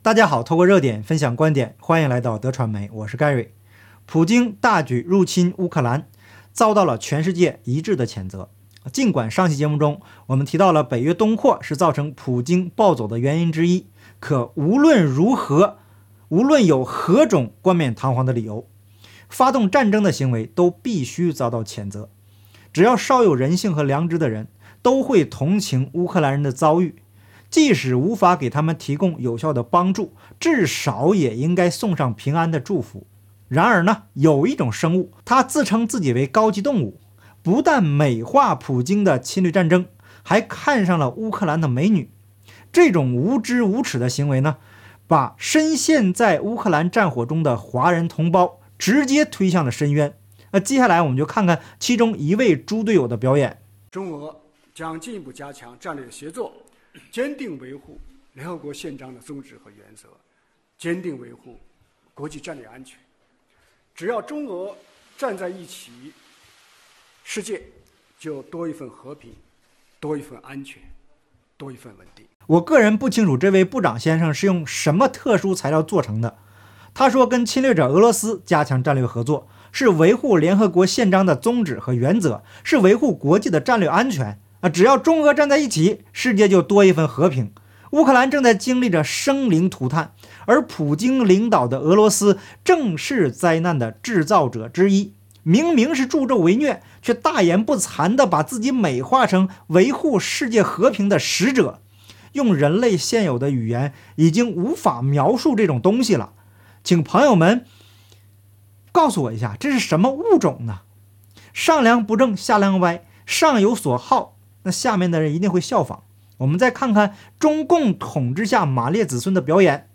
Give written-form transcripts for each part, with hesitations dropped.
大家好，透过热点分享观点，欢迎来到德传媒，我是 Gary。普京大举入侵乌克兰，遭到了全世界一致的谴责。尽管上期节目中我们提到了北约东扩是造成普京暴走的原因之一，可无论如何，无论有何种冠冕堂皇的理由，发动战争的行为都必须遭到谴责。只要稍有人性和良知的人，都会同情乌克兰人的遭遇。即使无法给他们提供有效的帮助，至少也应该送上平安的祝福。然而呢，有一种生物，它自称自己为高级动物，不但美化普京的侵略战争，还看上了乌克兰的美女。这种无知无耻的行为呢，把深陷在乌克兰战火中的华人同胞直接推向了深渊。接下来我们就看看其中一位猪队友的表演。 中俄将进一步加强战略协作，坚定维护联合国宪章的宗旨和原则，坚定维护国际战略安全。只要中俄站在一起，世界就多一份和平，多一份安全，多一份稳定。 我个人不清楚这位部长先生是用什么特殊材料做成的。他说跟侵略者俄罗斯加强战略合作，是维护联合国宪章的宗旨和原则，是维护国际的战略安全。只要中俄站在一起，世界就多一份和平。乌克兰正在经历着生灵涂炭，而普京领导的俄罗斯正是灾难的制造者之一。明明是助纣为虐，却大言不惭地把自己美化成维护世界和平的使者。用人类现有的语言已经无法描述这种东西了。请朋友们告诉我一下，这是什么物种呢？上梁不正下梁歪，上有所好，那下面的人一定会效仿。我们再看看中共统治下马列子孙的表演。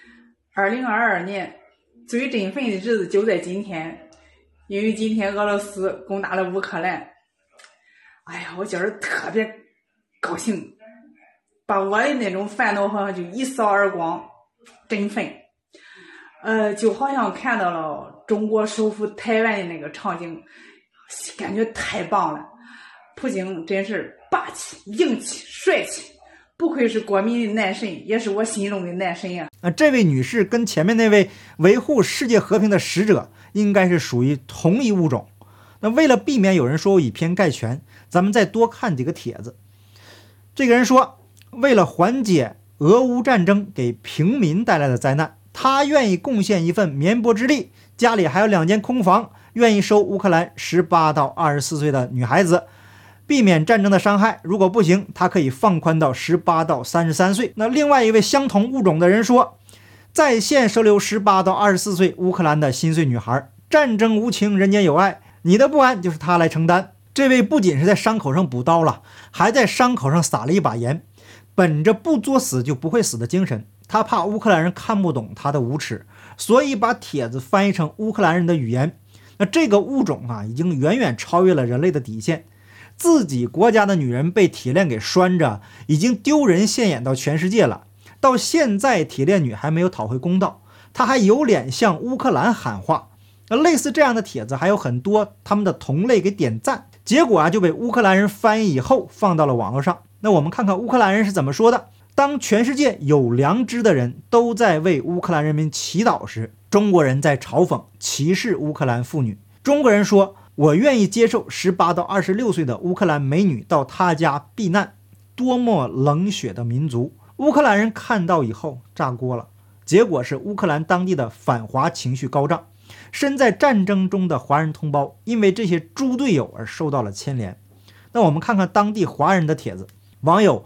2022年最振奋的日子就在今天，因为今天俄罗斯攻打了乌克兰。哎呀，我今儿特别高兴，把我的那种烦恼好像就一扫而光，振奋。就好像看到了中国收复台湾的那个场景，感觉太棒了。普京真是霸气、硬气、帅气，不愧是国民的男神，也是我心中的男神呀。 这位女士跟前面那位维护世界和平的使者应该是属于同一物种。那为了避免有人说我以偏概全，咱们再多看几个帖子。这个人说，为了缓解俄乌战争给平民带来的灾难，他愿意贡献一份绵薄之力，家里还有2间空房，愿意收乌克兰18到24岁的女孩子，避免战争的伤害。如果不行，他可以放宽到18到33岁。那另外一位相同物种的人说，在线收留18到24岁乌克兰的心碎女孩，战争无情，人间有爱，你的不安就是他来承担。这位不仅是在伤口上补刀了，还在伤口上撒了一把盐，本着不作死就不会死的精神，他怕乌克兰人看不懂他的无耻，所以把帖子翻译成乌克兰人的语言。那这个物种已经远远超越了人类的底线。自己国家的女人被铁链给拴着，已经丢人现眼到全世界了。到现在铁链女还没有讨回公道，她还有脸向乌克兰喊话。类似这样的帖子还有很多，他们的同类给点赞，结果就被乌克兰人翻译以后放到了网络上。那我们看看乌克兰人是怎么说的。当全世界有良知的人都在为乌克兰人民祈祷时，中国人在嘲讽歧视乌克兰妇女。中国人说，我愿意接受18到26岁的乌克兰美女到他家避难，多么冷血的民族。乌克兰人看到以后炸锅了，结果是乌克兰当地的反华情绪高涨，身在战争中的华人同胞因为这些猪队友而受到了牵连。那我们看看当地华人的帖子。网友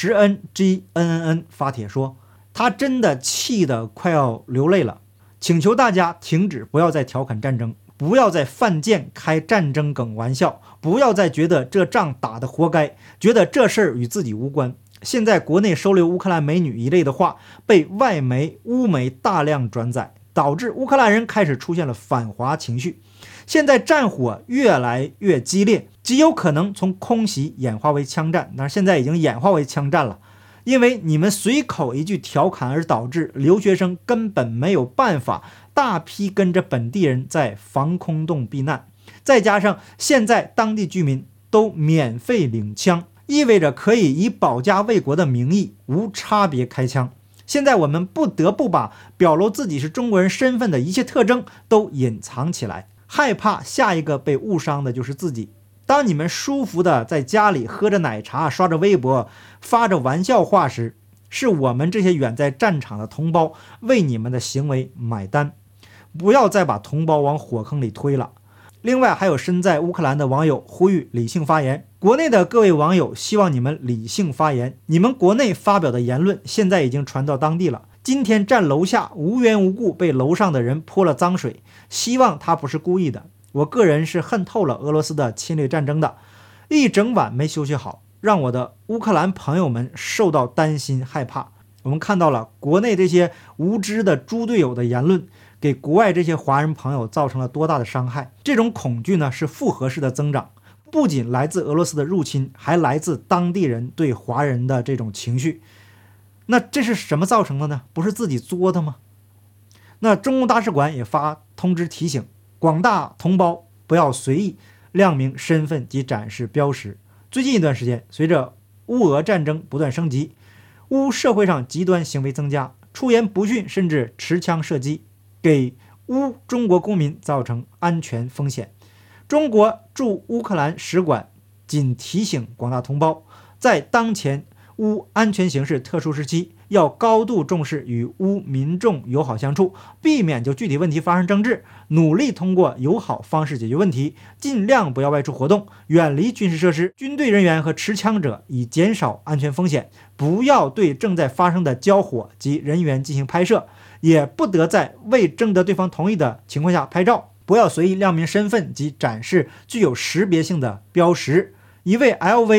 10NGNNN 发帖说，他真的气得快要流泪了，请求大家停止，不要再调侃战争，不要再犯贱开战争梗玩笑，不要再觉得这仗打得活该，觉得这事儿与自己无关。现在国内收留乌克兰美女一类的话被外媒乌媒大量转载，导致乌克兰人开始出现了反华情绪。现在战火越来越激烈，极有可能从空袭演化为枪战，但是现在已经演化为枪战了。因为你们随口一句调侃而导致留学生根本没有办法大批跟着本地人在防空洞避难，再加上现在当地居民都免费领枪，意味着可以以保家卫国的名义无差别开枪。 现在我们不得不把表露自己是中国人身份的一切特征都隐藏起来，害怕下一个被误伤的就是自己。当你们舒服的在家里喝着奶茶，刷着微博，发着玩笑话时，是我们这些远在战场的同胞为你们的行为买单。不要再把同胞往火坑里推了。另外，还有身在乌克兰的网友呼吁理性发言。国内的各位网友，希望你们理性发言。你们国内发表的言论现在已经传到当地了。今天站楼下无缘无故被楼上的人泼了脏水，希望他不是故意的。我个人是恨透了俄罗斯的侵略战争的，一整晚没休息好，让我的乌克兰朋友们受到担心害怕。我们看到了国内这些无知的猪队友的言论给国外这些华人朋友造成了多大的伤害。这种恐惧呢，是复合式的增长，不仅来自俄罗斯的入侵，还来自当地人对华人的这种情绪。那这是什么造成的呢？不是自己作的吗？那中共大使馆也发通知提醒广大同胞不要随意亮明身份及展示标识。最近一段时间，随着乌俄战争不断升级，乌社会上极端行为增加，出言不逊，甚至持枪射击，给乌中国公民造成安全风险。中国驻乌克兰使馆仅提醒广大同胞，在当前乌安全形势特殊时期，要高度重视与乌民众友好相处，避免就具体问题发生争执，努力通过友好方式解决问题，尽量不要外出活动，远离军事设施、军队人员和持枪者，以减少安全风险。不要对正在发生的交火及人员进行拍摄，也不得在未征得对方同意的情况下拍照，不要随意亮明身份及展示具有识别性的标识。一位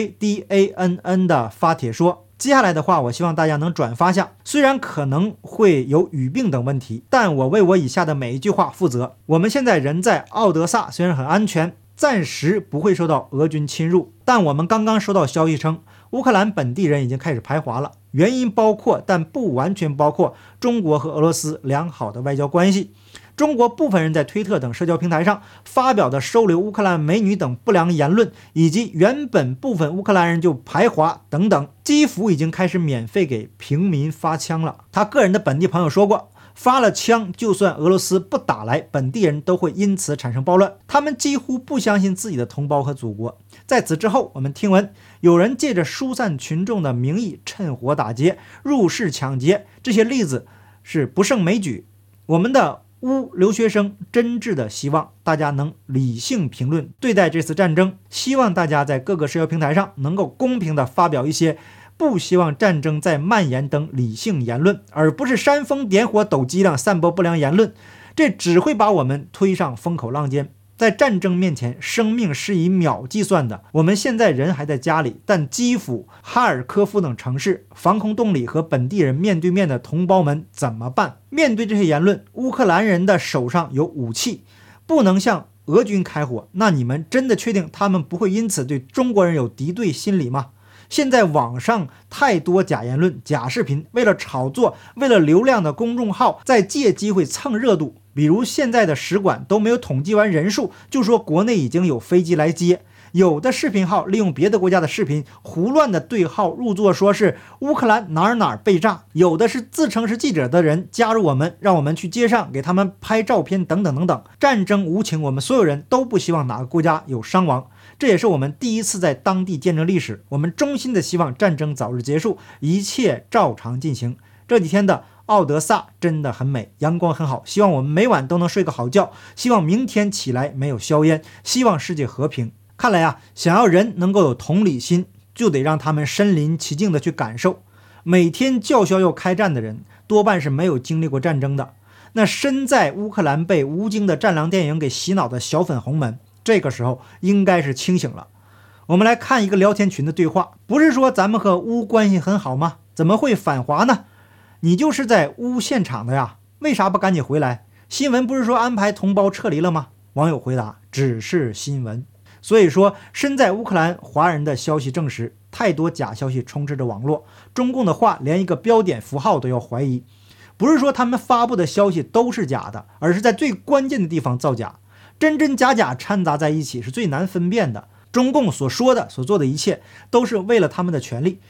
LVDANN 的发帖说，接下来的话我希望大家能转发下，虽然可能会有语病等问题，但我为我以下的每一句话负责。我们现在人在奥德萨，虽然很安全，暂时不会受到俄军侵入，但我们刚刚收到消息称，乌克兰本地人已经开始排华了，原因包括但不完全包括中国和俄罗斯良好的外交关系。中国部分人在推特等社交平台上发表的收留乌克兰美女等不良言论，以及原本部分乌克兰人就排华等等。基辅已经开始免费给平民发枪了。他个人的本地朋友说过，发了枪，就算俄罗斯不打来，本地人都会因此产生暴乱。他们几乎不相信自己的同胞和祖国。在此之后，我们听闻有人借着疏散群众的名义趁火打劫、入室抢劫，这些例子是不胜枚举。我们的乌留学生真挚的希望大家能理性评论对待这次战争，希望大家在各个社交平台上能够公平地发表一些不希望战争再蔓延等理性言论，而不是煽风点火、抖机灵、散播不良言论，这只会把我们推上风口浪尖。在战争面前，生命是以秒计算的。我们现在人还在家里，但基辅、哈尔科夫等城市防空洞里和本地人面对面的同胞们怎么办？面对这些言论，乌克兰人的手上有武器，不能向俄军开火，那你们真的确定他们不会因此对中国人有敌对心理吗？现在网上太多假言论、假视频，为了炒作、为了流量的公众号在借机会蹭热度。比如现在的使馆都没有统计完人数，就说国内已经有飞机来接。有的视频号利用别的国家的视频胡乱的对号入座，说是乌克兰哪儿被炸。有的是自称是记者的人加入我们，让我们去街上给他们拍照片等等等等。战争无情，我们所有人都不希望哪个国家有伤亡，这也是我们第一次在当地见证历史。我们衷心的希望战争早日结束，一切照常进行。这几天的奥德萨真的很美，阳光很好，希望我们每晚都能睡个好觉，希望明天起来没有硝烟，希望世界和平。看来啊，想要人能够有同理心，就得让他们身临其境的去感受。每天叫嚣要开战的人，多半是没有经历过战争的。那身在乌克兰被吴京的战狼电影给洗脑的小粉红们，这个时候应该是清醒了。我们来看一个聊天群的对话，不是说咱们和乌关系很好吗？怎么会反华呢？你就是在乌现场的呀，为啥不赶紧回来？新闻不是说安排同胞撤离了吗？网友回答，只是新闻。所以说，身在乌克兰华人的消息证实，太多假消息充斥着网络，中共的话连一个标点符号都要怀疑。不是说他们发布的消息都是假的，而是在最关键的地方造假，真真假假掺杂在一起是最难分辨的。中共所说的所做的一切都是为了他们的权利，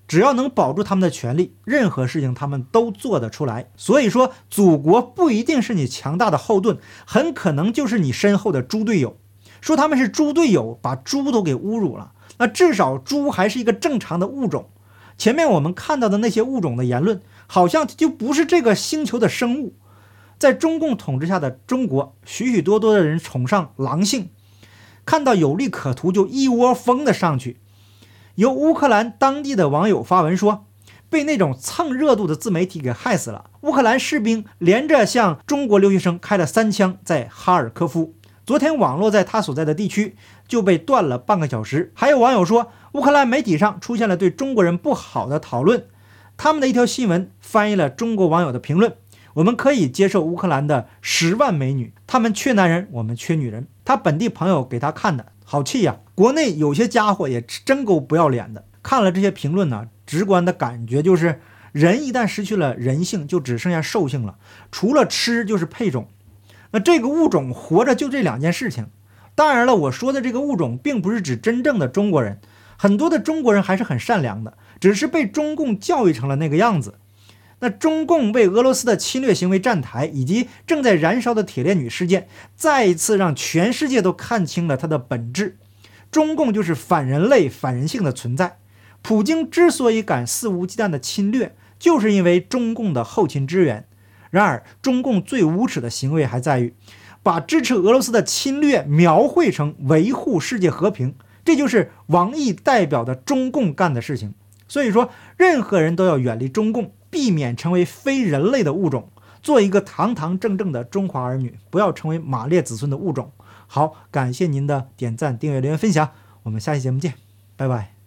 只要能保住他们的权利，任何事情他们都做得出来。所以说，祖国不一定是你强大的后盾，很可能就是你身后的猪队友。说他们是猪队友，把猪都给侮辱了。那至少猪还是一个正常的物种。前面我们看到的那些物种的言论，好像就不是这个星球的生物。在中共统治下的中国，许许多多的人崇尚狼性，看到有利可图就一窝蜂的上去。由乌克兰当地的网友发文说，被那种蹭热度的自媒体给害死了。乌克兰士兵连着向中国留学生开了3枪，在哈尔科夫。昨天网络在他所在的地区就被断了半个小时。还有网友说，乌克兰媒体上出现了对中国人不好的讨论。他们的一条新闻翻译了中国网友的评论：我们可以接受乌克兰的10万美女，他们缺男人，我们缺女人。他本地朋友给他看的，好气呀！国内有些家伙也真够不要脸的。看了这些评论呢，直观的感觉就是，人一旦失去了人性，就只剩下兽性了，除了吃就是配种。那这个物种活着就这2件事情。当然了，我说的这个物种并不是指真正的中国人，很多的中国人还是很善良的，只是被中共教育成了那个样子。那中共为俄罗斯的侵略行为站台，以及正在燃烧的铁链女事件，再一次让全世界都看清了它的本质。中共就是反人类、反人性的存在。普京之所以敢肆无忌惮的侵略，就是因为中共的后勤支援。然而，中共最无耻的行为还在于把支持俄罗斯的侵略描绘成维护世界和平，这就是王毅代表的中共干的事情。所以说，任何人都要远离中共，避免成为非人类的物种，做一个堂堂正正的中华儿女，不要成为马列子孙的物种。好，感谢您的点赞、订阅、留言、分享，我们下期节目见，拜拜。